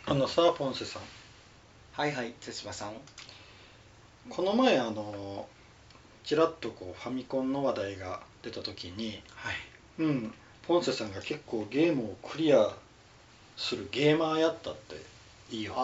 さあポンセさん、 はいはい、手島さん。 この前ちらっとファミコンの話題が出た時に、 はい。 ポンセさんが結構ゲームをクリアするゲーマーやったって言いよって、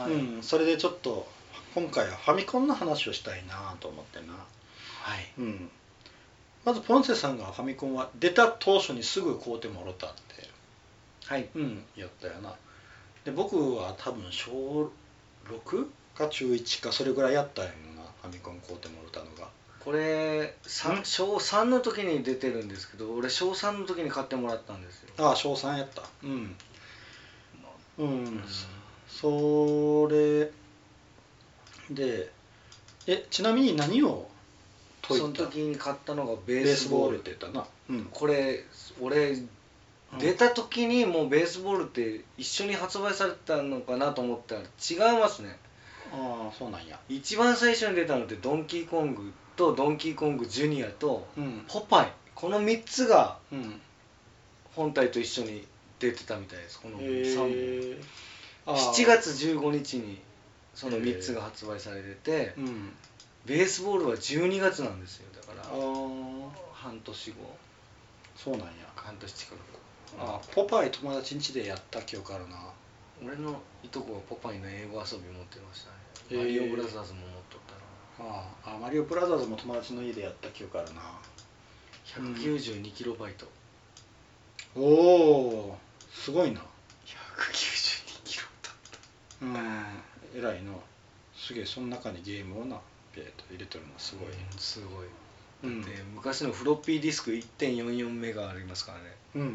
ああ、はい。 それでちょっと今回はファミコンの話をしたいなと思ってな。 はい。 まずポンセさんがファミコンは出た当初にすぐ買うてもろたって、 はい。 言ったよな。で僕は多分小6か中1かそれぐらいやったんやな、ファミコン買うてもろたのが。 これ、小3の時に出てるんですけど、俺小3の時に買ってもらったんですよ。 ああ、小3やった。うん。それで、ちなみに何を解いた？ その時に買ったのがベーベースボール。 スボールって言ったな。 これ、俺、出た時にもうベースボールって一緒に発売されたのかなと思ったら違いますね。 ああ、そうなんや。 一番最初に出たのってドンキーコングとドンキーコングジュニアとうんポパイ、この3つがうん本体と一緒に出てたみたいです。この3本、 ああ、 7月15日にその3つが発売されてて、ベースボールは12月なんですよ。だからああ、 半年後、 そうなんや。 半年近く。 ポパイ友達ん家でやった記憶あるな。 俺のいとこはポパイの英語遊び持ってましたね。 へーマリオブラザーズも持っとったな。 マリオブラザーズも友達の家でやった記憶あるな。 192キロバイト。 おお、すごいな。 192キロだった。 偉いな。すげえ、その中にゲームをな、ペーと入れてるのはすごい。 すごい。だって昔のフロッピーディスク 1.44 メガありますからね。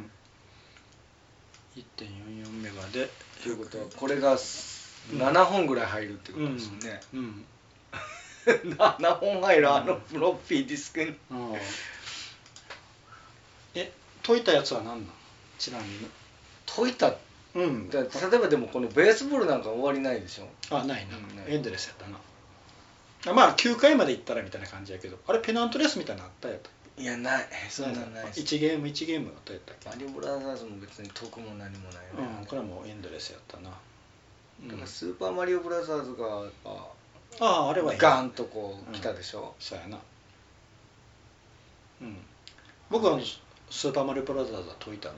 1.44メガで。 ということはこれが7本ぐらい入るってことですよね。7本入る、あのフロッピーディスクに。 解いたやつは何なん？ちなみに。 解いた。例えばでもこのベースボールなんか終わりないでしょ。 ないな。エンドレスやったな。まあ9回までいったらみたいな感じやけど、あれペナントレスみたいなのあったやったっけ？ いや、ない。そんなんないです。 1ゲーム1ゲームとやったっけ？ マリオブラザーズも別に解くも何もないね。 これはもうエンドレスやったな。 だからスーパーマリオブラザーズがあれはガンとこう来たでしょ。 そうやな。僕はスーパーマリオブラザーズは解いたな。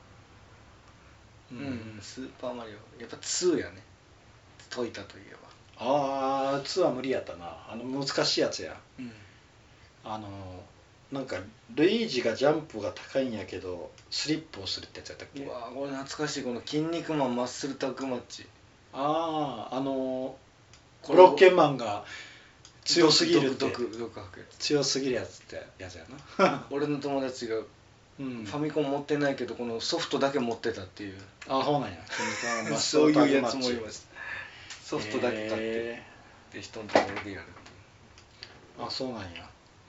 スーパーマリオやっぱ2やね、解いたといえば。 2は無理やったな。難しいやつや。なんかルイージがジャンプが高いんやけどスリップをするってやつやったっけ？ うわ、これ懐かしい。この筋肉マンマッスルタッグマッチ。 ブロッケンマンが強すぎるって強すぎるやつってやつやな。 俺の友達がファミコン持ってないけどこのソフトだけ持ってたっていう。 そうなんや。 そういうやつもいました。ソフトだけ買ってで人のところでやるっていう。 そうなんや。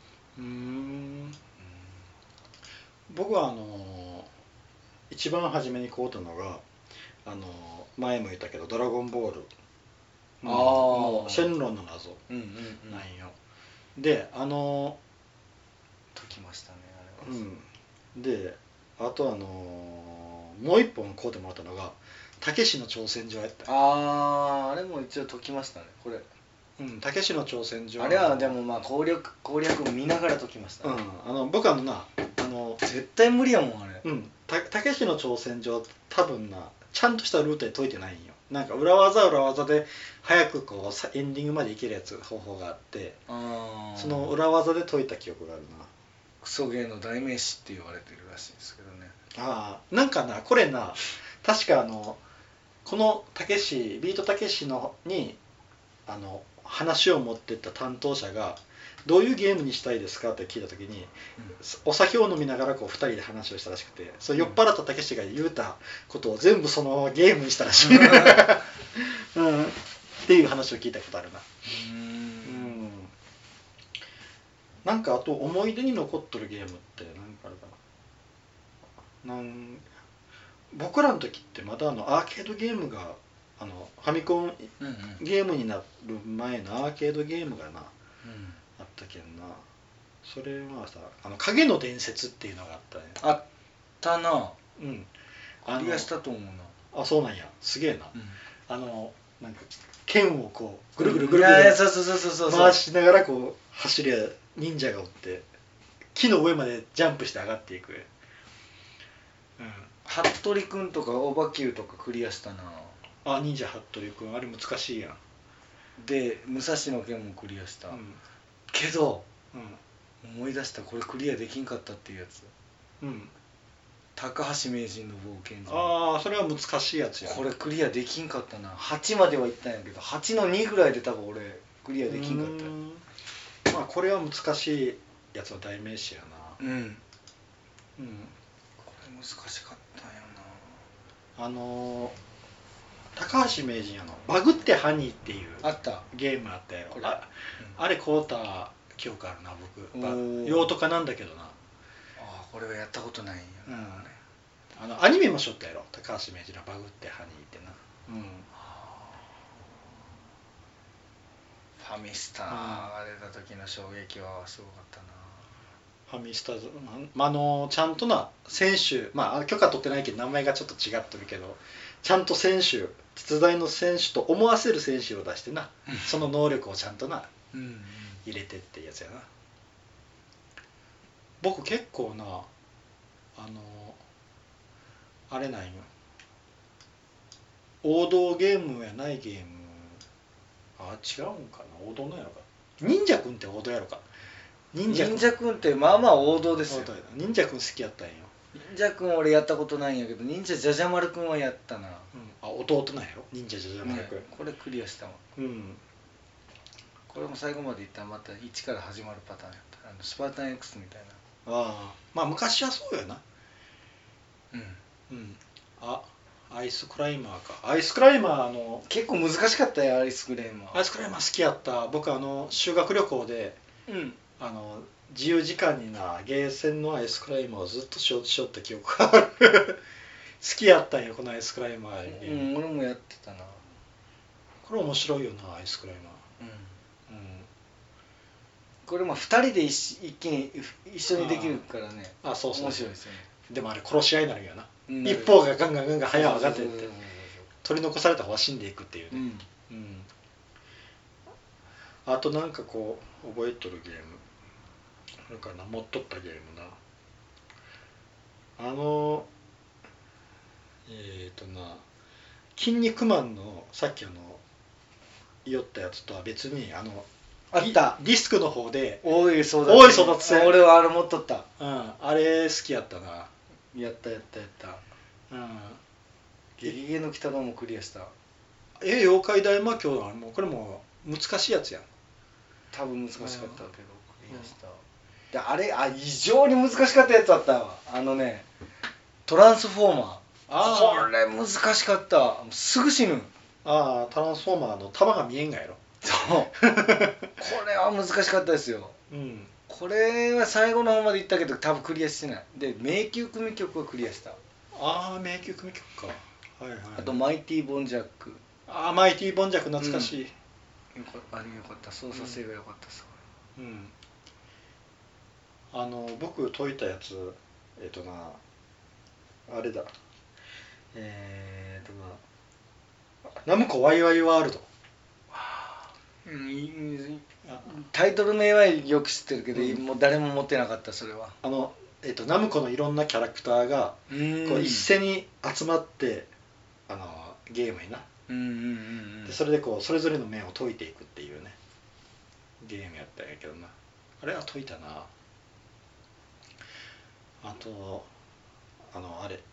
僕は一番初めに買うたのが前も言ったけど「ドラゴンボール」シェンロンの謎なんよ。で解きましたね、あれは。 であともう一本買うてもらったのが「たけしの挑戦状」やった。 あれも一応解きましたね、これ。 たけしの挑戦状。 あれはでもまあ攻略見ながら解きましたね。 僕絶対無理やもんあれ。 たけしの挑戦状多分な、ちゃんとしたルートで解いてないんよ。なんか裏技で早くエンディングまでいける方法があって、その裏技で解いた記憶があるな。 クソゲーの代名詞って言われてるらしいですけどね。 なんかな、これな、確かこのビートたけしに話を持ってった担当者がどういうゲームにしたいですかって聞いた時に、お酒を飲みながら2人で話をしたらしくて、それ酔っ払ったたけしが言うたことを全部そのゲームにしたらしいっていう話を聞いたことあるな。なんかあと思い出に残っとるゲームって何かあるかな。僕らの時ってまだアーケードゲームがファミコンゲームになる前のアーケードゲームがな、あったけんな。それはさ、影の伝説っていうのがあったね。 あったな。 クリアしたと思うな。 あ、そうなんや、すげえな。 うんなんか剣をこうぐるぐるぐるぐいやいやるそうそうそうそうそう回しながらこう走りゃ忍者がおって木の上までジャンプして上がっていく。 服部君とかオバキューとかクリアしたな。 あ、忍者服部君あれ難しいやん。 で武蔵の剣もクリアした、 うんけどうん思い出した、これクリアできんかったっていうやつ。 うん高橋名人の冒険状。 ああ、それは難しいやつや。 これクリアできんかったな。8までは行ったんやけど8の2ぐらいで多分俺クリアできんかったよ。 まあこれは難しいやつの代名詞やな。 うんうんこれ難しかったんや高橋名人バグってハニーっていうな。あったゲームあったやろ。 これあれ買うた記憶あるな僕。 おー用途かなんだけどな。 あこれはやったことないんやな、 アニメもしょったやろ、高橋名人のバグってハニーってな。 ファミスタが出た時の衝撃はすごかったな。 ファミスタズ、ちゃんとな選手、許可取ってないけど名前がちょっと違っとるけど、ちゃんと選手、実在の選手と思わせる選手を出してな、その能力をちゃんとな入れてってやつやな。僕結構なあれなんよ、王道ゲームやないゲーム、違うんかな、王道なんやろか。忍者くんって王道やろか。忍忍者くんってまあまあ王道ですよ。 忍者くん好きやったんよ。 忍者くん俺やったことないんやけど忍者じゃじゃ丸くんはやったな、 弟なんやろ忍者じゃじゃ丸くん。 これクリアしたわ。これも最後までいったらまた1から始まるパターンやった。スパルタン X みたい昔はそうやな。 な。 アイスクライマーか。アイスクライマー結構難しかったよアイスクレームは。 アイスクライマー好きやった。僕修学旅行で自由時間になゲーセンのアイスクライマーをずっとしょった記憶がある。好きやったんよこのアイスクライマー。 俺もやってたな。 これ面白いよなアイスクライマー。 これ2人で一気に一緒にできるからね。 そうそう面白いですよね。 でもあれ殺し合いになるよな。一方がガンガンガンガン早上がってって取り残された方は死んでいくっていうね。あとなんかこう覚えとるゲームあるかな、持っとったゲームな。筋肉マンのさっき言おったやつとは別にあったディスクの方で大井争奪大井争奪戦。 俺はあれ持っとった。 あれ好きやったな。 やったゲゲゲの鬼太郎もクリアした。 妖怪大魔教はもうこれも難しいやつやん。 多分難しかったけどクリアした。であれ異常に難しかったやつあったわ。トランスフォーマー。これ難しかった。すぐ死ぬ。 トランスフォーマーの弾が見えんがやろ。 そうこれは難しかったですよ。これは最後の方までいったけど多分クリアしてない。で迷宮組曲はクリアした。 迷宮組曲か。 あとマイティボンジャック。 マイティボンジャック懐かしい。 あれよかった。操作性が良かったすごい。僕解いたやつあれだ。ナムコワイワイワールド。 タイトル名はよく知ってるけど、もう誰も持ってなかったそれは。 ナムコのいろんなキャラクターがこう一斉に集まってゲームにな。でそれでこうそれぞれの面を解いていくっていうねゲームやったんやけどな。あれは解いたな。あとあれ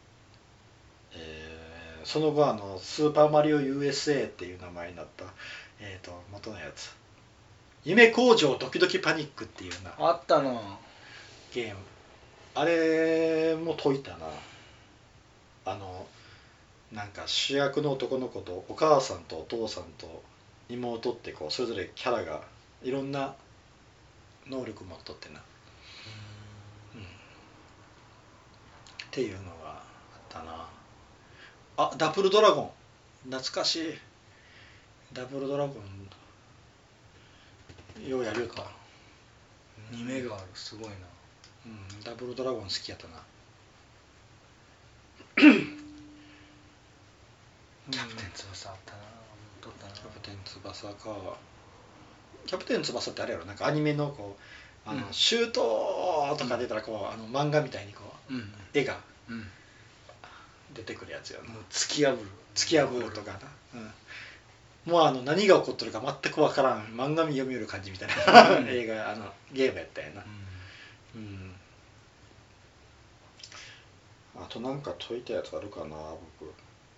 その後スーパーマリオ USA っていう名前になった元のやつ夢工場ドキドキパニックっていうなあったなゲーム。あれも解いたな。なんか主役の男の子とお母さんとお父さんと妹ってこうそれぞれキャラがいろんな能力持っとってな、っていうのがあったな。ダブルドラゴン懐かしい。ダブルドラゴンようやるか。 2目があるすごいな。 ダブルドラゴン好きやったな。 翼あったな、撮ったな。 キャプテン翼か。キャプテン翼ってあれやろ、なんかアニメのこうシュートとか出たらこう漫画みたいにこう、絵が出てくるやつよな。 もう突き破るとかな、もう何が起こってるか全く分からん漫画読みよる感じみたいな映画ゲームやったよな。あとなんか解いたやつあるかな僕。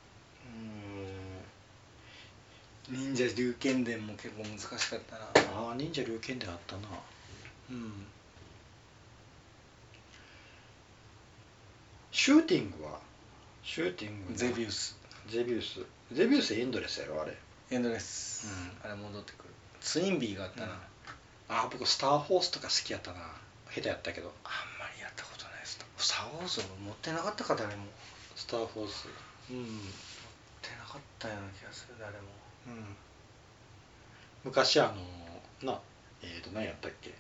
忍者龍剣伝も結構難しかったな。 ああ、忍者龍剣伝あったな。シューティングゼビウスエンドレスやろあれ。 エンドレス、あれ戻ってくる。ツインビーがあったな。 僕スターフォースとか好きやったな。下手やったけどあんまりやったことないです。スター・ウォーズ持ってなかったか誰も。 スターフォース持ってなかったような気がする誰も。 昔何やったっけ、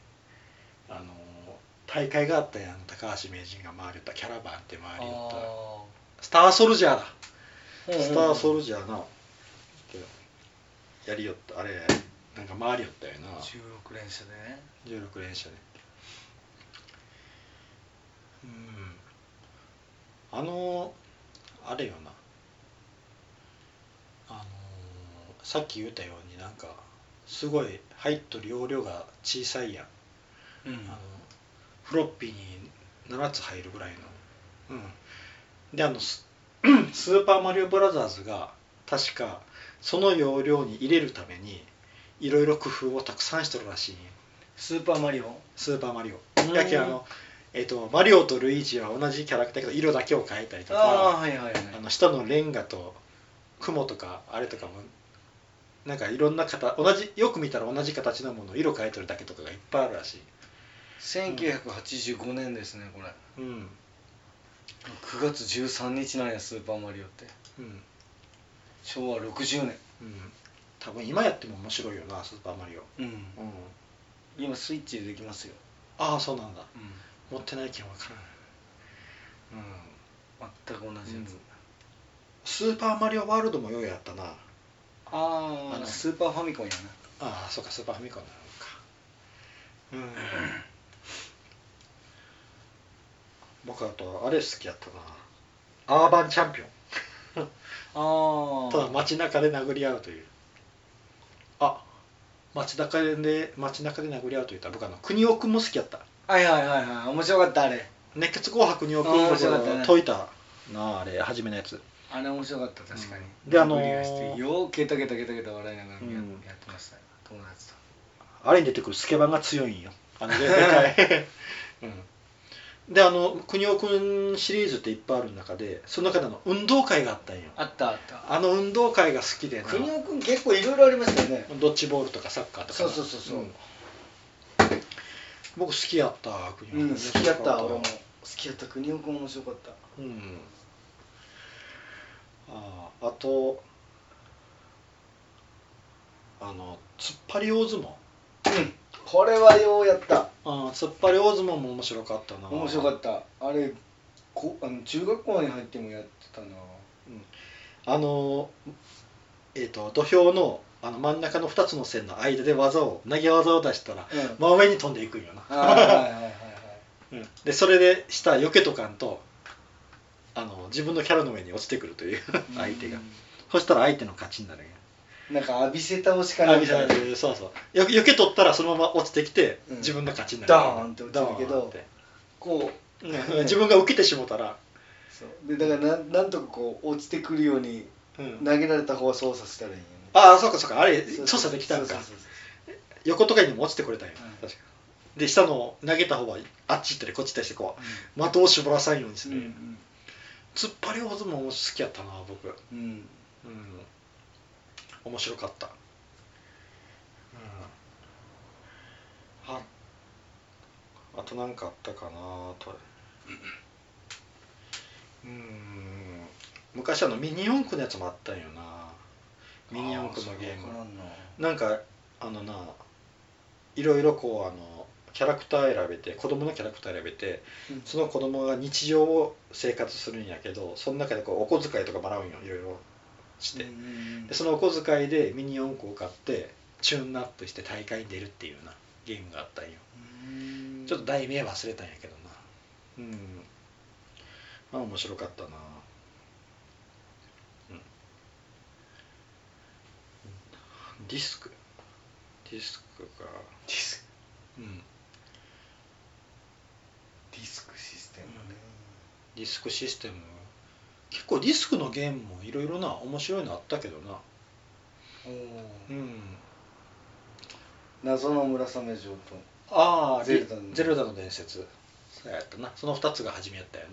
大会があったやん。高橋名人が回りよったキャラバンって回りよったスターソルジャーだ。スターソルジャーなやりよった。あれなんか回りよったよな。 16連射でね。 16連射であれよな、さっき言ったようになんかすごい入っとる容量が小さいやん、フロッピーに7つ入るぐらいの、でスーパーマリオブラザーズが確かその容量に入れるためにいろいろ工夫をたくさんしとるらしいん。 スーパーマリオやけマリオとルイージは同じキャラクターけど色だけを変えたりとか、下のレンガと雲とかあれとかもなんかいろんなよく見たら同じ形のものを色変えてるだけとかがいっぱいあるらしい。 1985年ですねこれ。9月13日なんやスーパーマリオって。昭和60年。 多分今やっても面白いよなスーパーマリオ。 今スイッチでできますよ。 ああそうなんだ。持ってないけん分からん。全く同じやつ。 スーパーマリオワールドもようやったな。 スーパーファミコンやな。 そうかスーパーファミコンなのか。僕あとあれ好きやったな。アーバンチャンピオン。ただ街中で殴り合うという。街中で殴り合うといったら僕国尾くんも好きやった。 面白かったあれ。 熱血紅白国尾くんと解いたなあれ初めのやつ。 あれ面白かった確かに。 でようケタケタ笑いながらやってましたよ友達と。 あれに出てくるスケバンが強いんよ。でかい。で国尾くんシリーズっていっぱいある中でその中で運動会があったんよ。 あった。 運動会が好きでな。 国尾くん結構いろいろありましたよね。 ドッジボールとかサッカーとか。 そう。 僕好きやった国尾くん。好きやった俺も。好きやった国尾くん面白かった。 あと突っ張り大相撲。 これはようやった。 突っ張り大相撲も面白かったな。 面白かった。あれ中学校に入ってもやってたな。 土俵の真ん中の2つの線の間で投げ技を出したら真上に飛んでいくんよな。でそれで下避けとかんと自分のキャラの上に落ちてくるという相手が。そしたら相手の勝ちになるんや。 なんか浴びせ倒しかなみたいな。 そう避けとったらそのまま落ちてきて自分の勝ちになる。 ダーンって落ちるけどこう自分が受けてしもたらでだからなんとかこう落ちてくるように投げられた方は操作したらいいよね。 そうかあれ操作できたんか。横とかにも落ちてくれたんよ。確かで下の投げた方はあっち行ったりこっち行ったりしてこう的を絞らさんようにする。突っ張り大相撲も好きやったな僕。面白かった。あと何かあったかなと。昔ミニ四駆のやつもあったんよな。ミニ四駆のゲームなんかいろいろこうキャラクター選べて子供のキャラクター選べて、その子供が日常を生活するんやけどその中でこうお小遣いとかもらうんよいろいろ。 して、でそのお小遣いでミニ四駆を買ってチューンアップして大会に出るっていうようなゲームがあったんよ。ちょっと題名忘れたんやけどな。まあ面白かったな。ディスクか。 ディスクシステムね。 ディスクシステム、結構ディスクのゲームもいろいろな面白いのあったけどな。 謎の村雨城とゼルダの伝説、そうやったな。その2つが初めやったよな。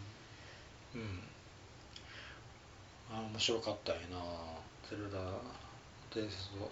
面白かったよな、ゼルダ伝説を。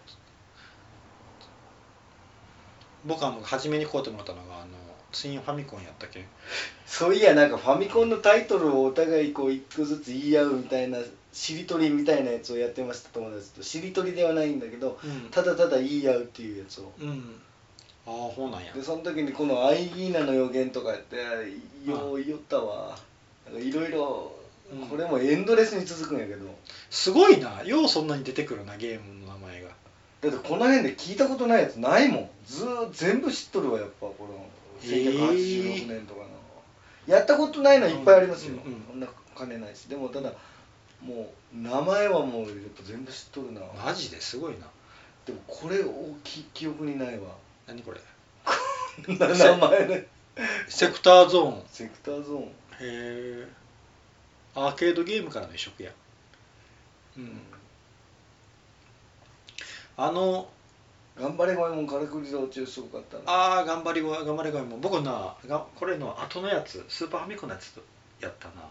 僕は初めに買うてもらったのがツインファミコンやったけん。 そういや、なんかファミコンのタイトルをお互いこう一個ずつ言い合うみたいなしりとりみたいなやつをやってました、友達と。しりとりではないんだけど、ただただ言い合うっていうやつを。 ああ、そうなんや。 でその時にこのアイギーナの予言とかやってよう言ったわ。いろいろこれもエンドレスに続くんやけど、 すごいな、ようそんなに出てくるな、ゲームの名前が。 だってこの辺で聞いたことないやつないもん。全部知っとるわ、やっぱこの1986年とかの、やったことないのいっぱいありますよ。そんな金ないし。でもただもう名前はもうやっぱ全部知っとるな。 マジですごいな。 でもこれ記憶にないわ。 何これ。 こんな名前ね。 セクターゾーン。 セクターゾーン。へえ。アーケードゲームからの移植や。 頑張れゴエモンからくり道中すごかったな。頑張れゴエモン、僕な、これの後のやつ、スーパーファミコンのやつやったな。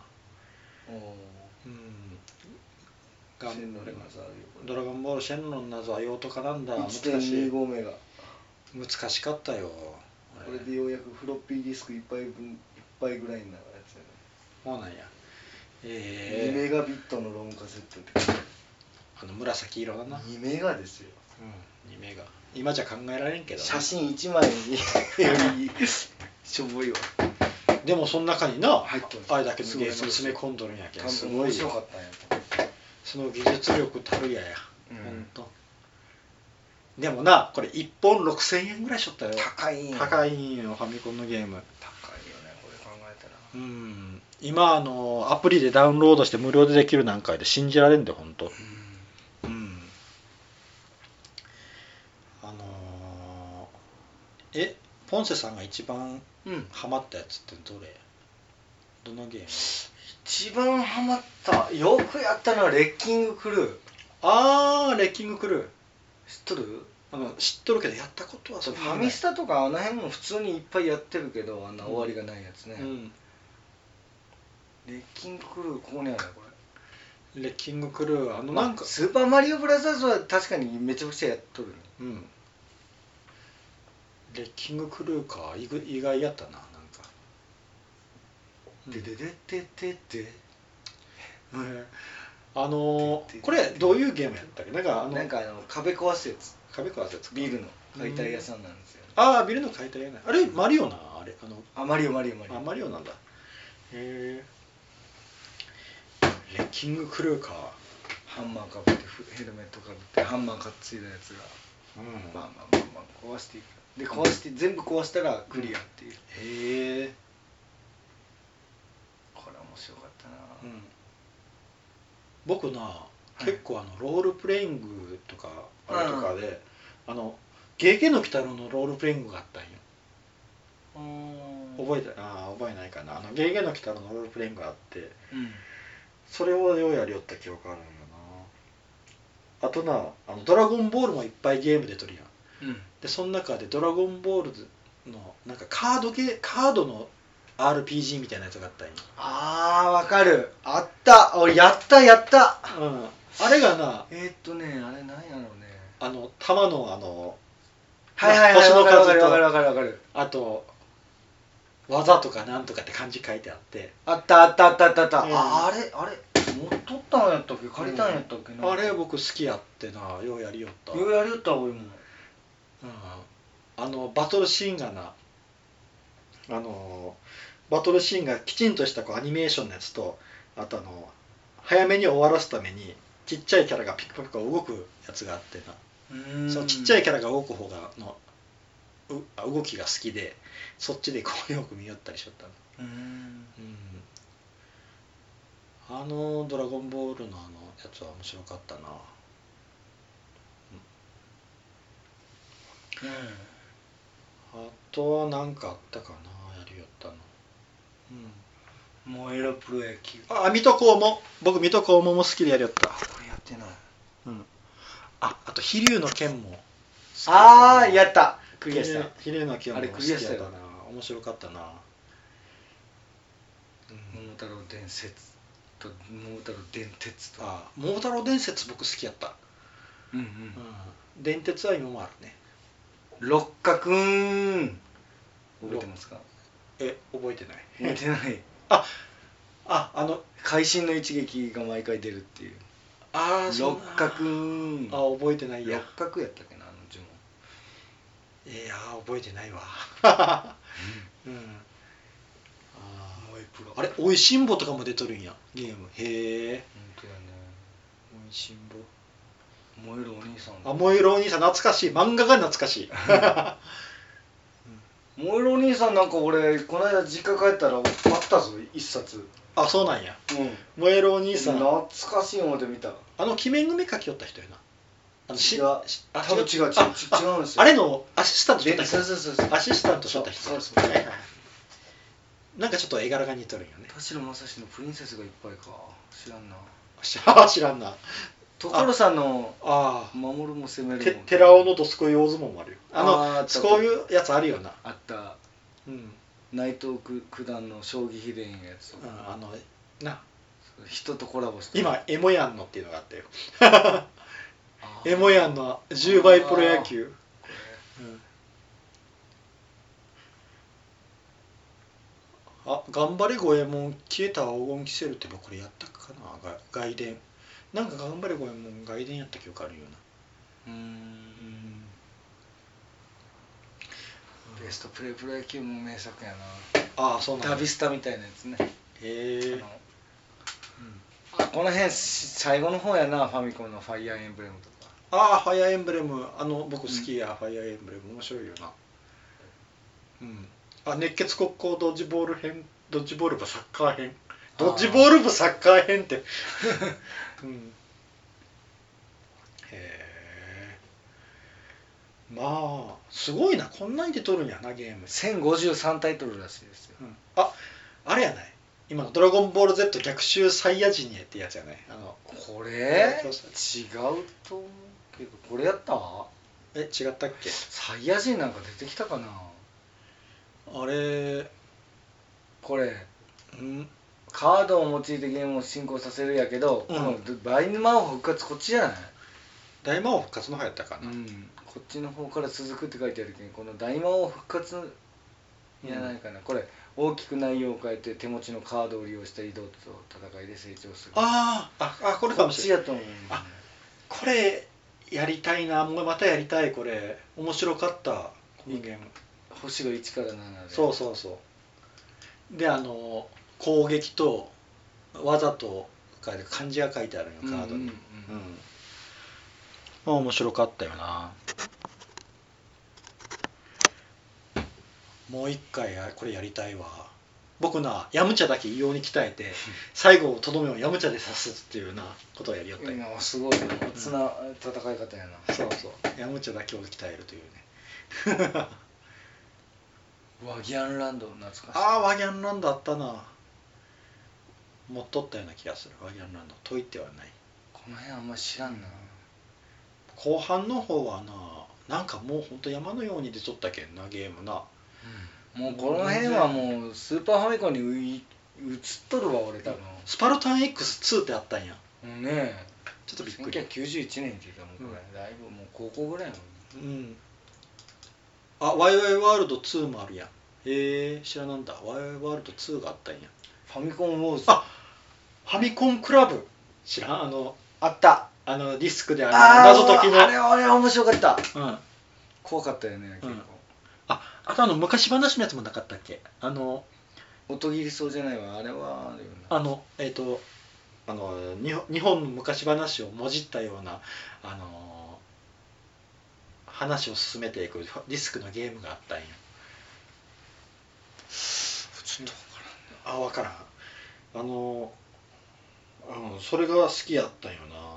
ドラゴンボールシェンロンの謎は用途かなんだ。 難しい。1.25メガ。 難しかったよ。 これでようやくフロッピーディスク1杯ぐらいになるやつやね。 そうなんや。 2メガビットのロムカセットって。 紫色だな。 2メガですよ。 2メガ。今じゃ考えられんけど、 写真1枚よりしょぼいわ。 でもその中にな、あれだけのゲーム詰め込んどるんやけん。 すごい面白かったんや。 その技術力たるや。ほんと。でもな、これ1本6000円ぐらいしょったよ。高いんよ、ファミコンのゲーム。 高いよね、これ考えたら。 今アプリでダウンロードして無料でできるなんかで信じられんで、ほんと。ポンセさんが一番ハマったやつってどのゲーム？ 一番ハマった、よくやったのはレッキングクルー。レッキングクルー知っとる？ 知っとるけどやったことはファミスタとかあの辺も普通にいっぱいやってるけど、あんな終わりがないやつね。レッキングクルー、ここにあるよこれ。レッキングクルー、 なんかスーパーマリオブラザーズは確かにめちゃくちゃやっとるよ。 レッキングクルーか、意外やったな、なんか。 でででででで。 これどういうゲームやったっけ？ なんか壁壊すやつ。ビルの解体屋さんなんですよ。 ビルの解体屋ね。あれマリオな、あれ。 マリオ。 マリオなんだ。レッキングクルーか。 ハンマーかぶってヘルメットかぶってハンマーかついだやつがバンバン壊していく。で全部壊したらクリアっていう。 へえ。 これ面白かったな。 僕な、結構ロールプレイングとかあれとかで、ゲゲの鬼太郎のロールプレイングがあったんよ。覚えないかな。ゲゲの鬼太郎のロールプレイングがあって、それをようやりよった記憶あるんよな。あとな、ドラゴンボールもいっぱいゲームでとるやん。でその中でドラゴンボールのなんかカードの RPG みたいなやつがあったんよ。 わかる。あった。俺やった。 あれがな、 あれなんやろうね。 弾の星の数と、わかる。 あと技とかなんとかって漢字書いてあって。 あった。あれ持っとったんやったっけ、借りたんやったっけな。 あれ僕好きやってな、ようやりよった。 俺も。 バトルシーンがな、バトルシーンがきちんとしたアニメーションのやつと、あと早めに終わらすためにちっちゃいキャラがピクピク動くやつがあってな、そのちっちゃいキャラが動く方がの動きが好きで、そっちでこうよく見よったりしよったの。ドラゴンボールのやつは面白かったな。あとは何かあったかな、やりよったの。 燃えろプロ野球。 水戸黄門、僕水戸黄門も好きでやりよった。 これやってない。 あと飛龍の剣も。 やった。クリアした。 飛龍の剣も好きやったな。面白かったな。 桃太郎伝説と桃太郎電鉄と。 桃太郎伝説僕好きやった。電鉄は今もあるね。 六角覚えてますか？ 覚えてない。 覚えてない。会心の一撃が毎回出るっていう。六角覚えてないや。 六角やったっけな、呪文。いや覚えてないわ。あれ、おいしんぼとかも出とるんや、ゲーム。へえ。 本当やね。 おいしんぼ。 燃えるお兄さん。 燃えるお兄さん懐かしい。漫画が懐かしい。 燃えるお兄さんなんか俺この間実家帰ったらあったぞ、一冊。 そうなんや。燃えるお兄さん懐かしい思って見た。 鬼面組書きよった人やな。 多分違うんですよ。 あれのアシスタントしとった人。 そうアシスタントしとった人。なんかちょっと絵柄が似とるんよね。 田代正史のプリンセスがいっぱいか。知らんな。 知らんな。 所さんの守るも攻めるも。 寺尾のどすこい大相撲もあるよ。そういうやつあるよな。 あった。内藤九段の将棋秘伝のやつ。人とコラボして。 今エモヤンのっていうのがあったよ。エモヤンの10倍プロ野球。頑張れ五右衛門消えた黄金キセルってこれやったかな、外伝。なんか頑張れ五右衛門外伝やった記憶あるような。 ベストプレイプロ野球も名作やな。そうなんだ。 ダビスタみたいなやつね。 へえ。 この辺最後の方やな、ファミコンのファイアーエンブレムとか。 ファイアーエンブレム、僕好きや。ファイアーエンブレム面白いよな。熱血国交ドッジボール編、ドッジボール部サッカー編、ドッジボール部サッカー編って。へえ。すごいな、こんなに出とるんやな、ゲーム。 1053タイトルらしいですよ。 あれやない、今のドラゴンボール Z 逆襲サイヤ人へってやつやない。 これ違うと思うけど、これやった？ 違ったっけ？ サイヤ人なんか出てきたかな。 あれこれカードを用いてゲームを進行させるやけど、この大魔王復活こっちじゃない？ 大魔王復活の方やったかな。 こっちの方から続くって書いてあるけど、この大魔王復活じゃないかな。これ大きく内容を変えて手持ちのカードを利用した移動と戦いで成長する。 これかもしれない。 こっちやと思う。 これやりたいな。もうまたやりたい。これ面白かった、このゲーム。 星が1から7で。 そうで、攻撃と技と漢字が書いてあるよ、カードに。面白かったよな。もう一回これやりたいわ。僕な、ヤムチャだけ異様に鍛えて最後とどめをヤムチャで刺すっていうなことをやりよったよ。 すごいな、つな戦い方やな。 ヤムチャだけを鍛えるというね。 ワギャンランド懐かしい。 ワギャンランドあったな。持っとったような気がする。ワギャンランド解いてはない。 この辺あんま知らんな。 後半の方はなんかもうほんと山のように出とったけんな、ゲームな。 もうこの辺はもうスーパーファミコンに移っとるわ俺多分。 スパルタン X2 ってあったんや。 ねちょっとびっくり。 1991年って言ったもんこれ、だいぶもう高校ぐらいの。 ワイワイワールド2もあるやん。知らなんだ。ワイワイワールド2があったんや。 ファミコンウォーズ。 ファミコンクラブ知らん？ あった。 ディスクで謎解きの。 あれ面白かった。怖かったよね、結構。 あと昔話のやつもなかったっけ？ 音切りそうじゃないわ、あれは。 日本の昔話をもじったような話を進めていくディスクのゲームがあったんよ。 普通に分からん分からん。それが好きやったんよ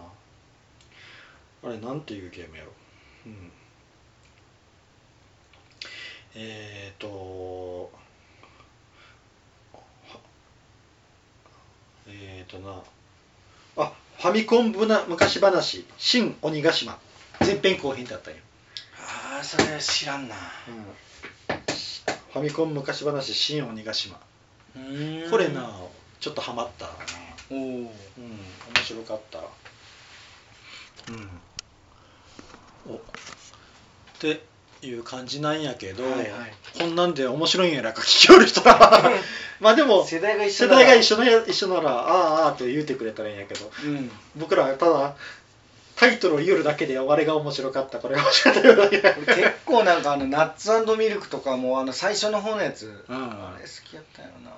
な。あれなんていうゲームやろ。ファミコン昔話新鬼ヶ島前編後編だったんよ。 それ知らんな。 ファミコン昔話新鬼ヶ島。これなちょっとハマったな。面白かった。っていう感じなんやけど、こんなんで面白いんやらか聞きよる人らまあでも世代が一緒ならああって言うてくれたらいいんやけど、僕らはただタイトルを言うだけであれが面白かったこれが面白かったよだけ結構なんかナッツ&ミルクとかも最初の方のやつ、あれ好きやったよな。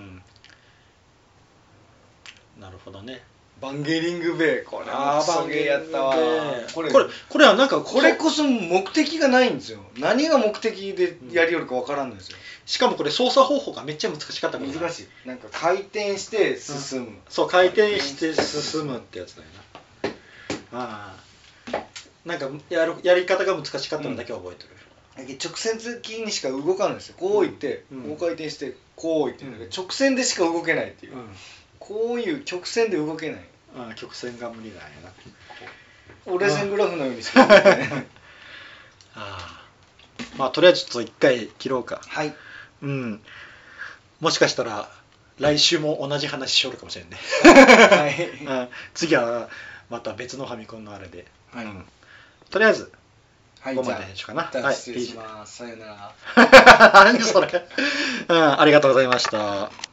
なるほどね。 バンゲリングベイ、これもクソゲーやったわ。これはなんかこれこそ目的がないんですよ。何が目的でやりよるかわからんのですよ。 しかもこれ操作方法がめっちゃ難しかったから難しい。なんか回転して進む、 そう回転して進むってやつだよな。なんかやり方が難しかったのだけ覚えてる。 直線的にしか動かないんですよ。こういって、こう回転してこういって、直線でしか動けないっていう、こういう曲線で動けない。 曲線が無理なんやな。 折れ線グラフのようにしか動けないまあとりあえずちょっと一回切ろうか。 はい。 もしかしたら来週も同じ話しよるかもしれんね次はまた別のファミコンのあれで、とりあえずここまでにしようかな。 失礼します。さよなら何それありがとうございました。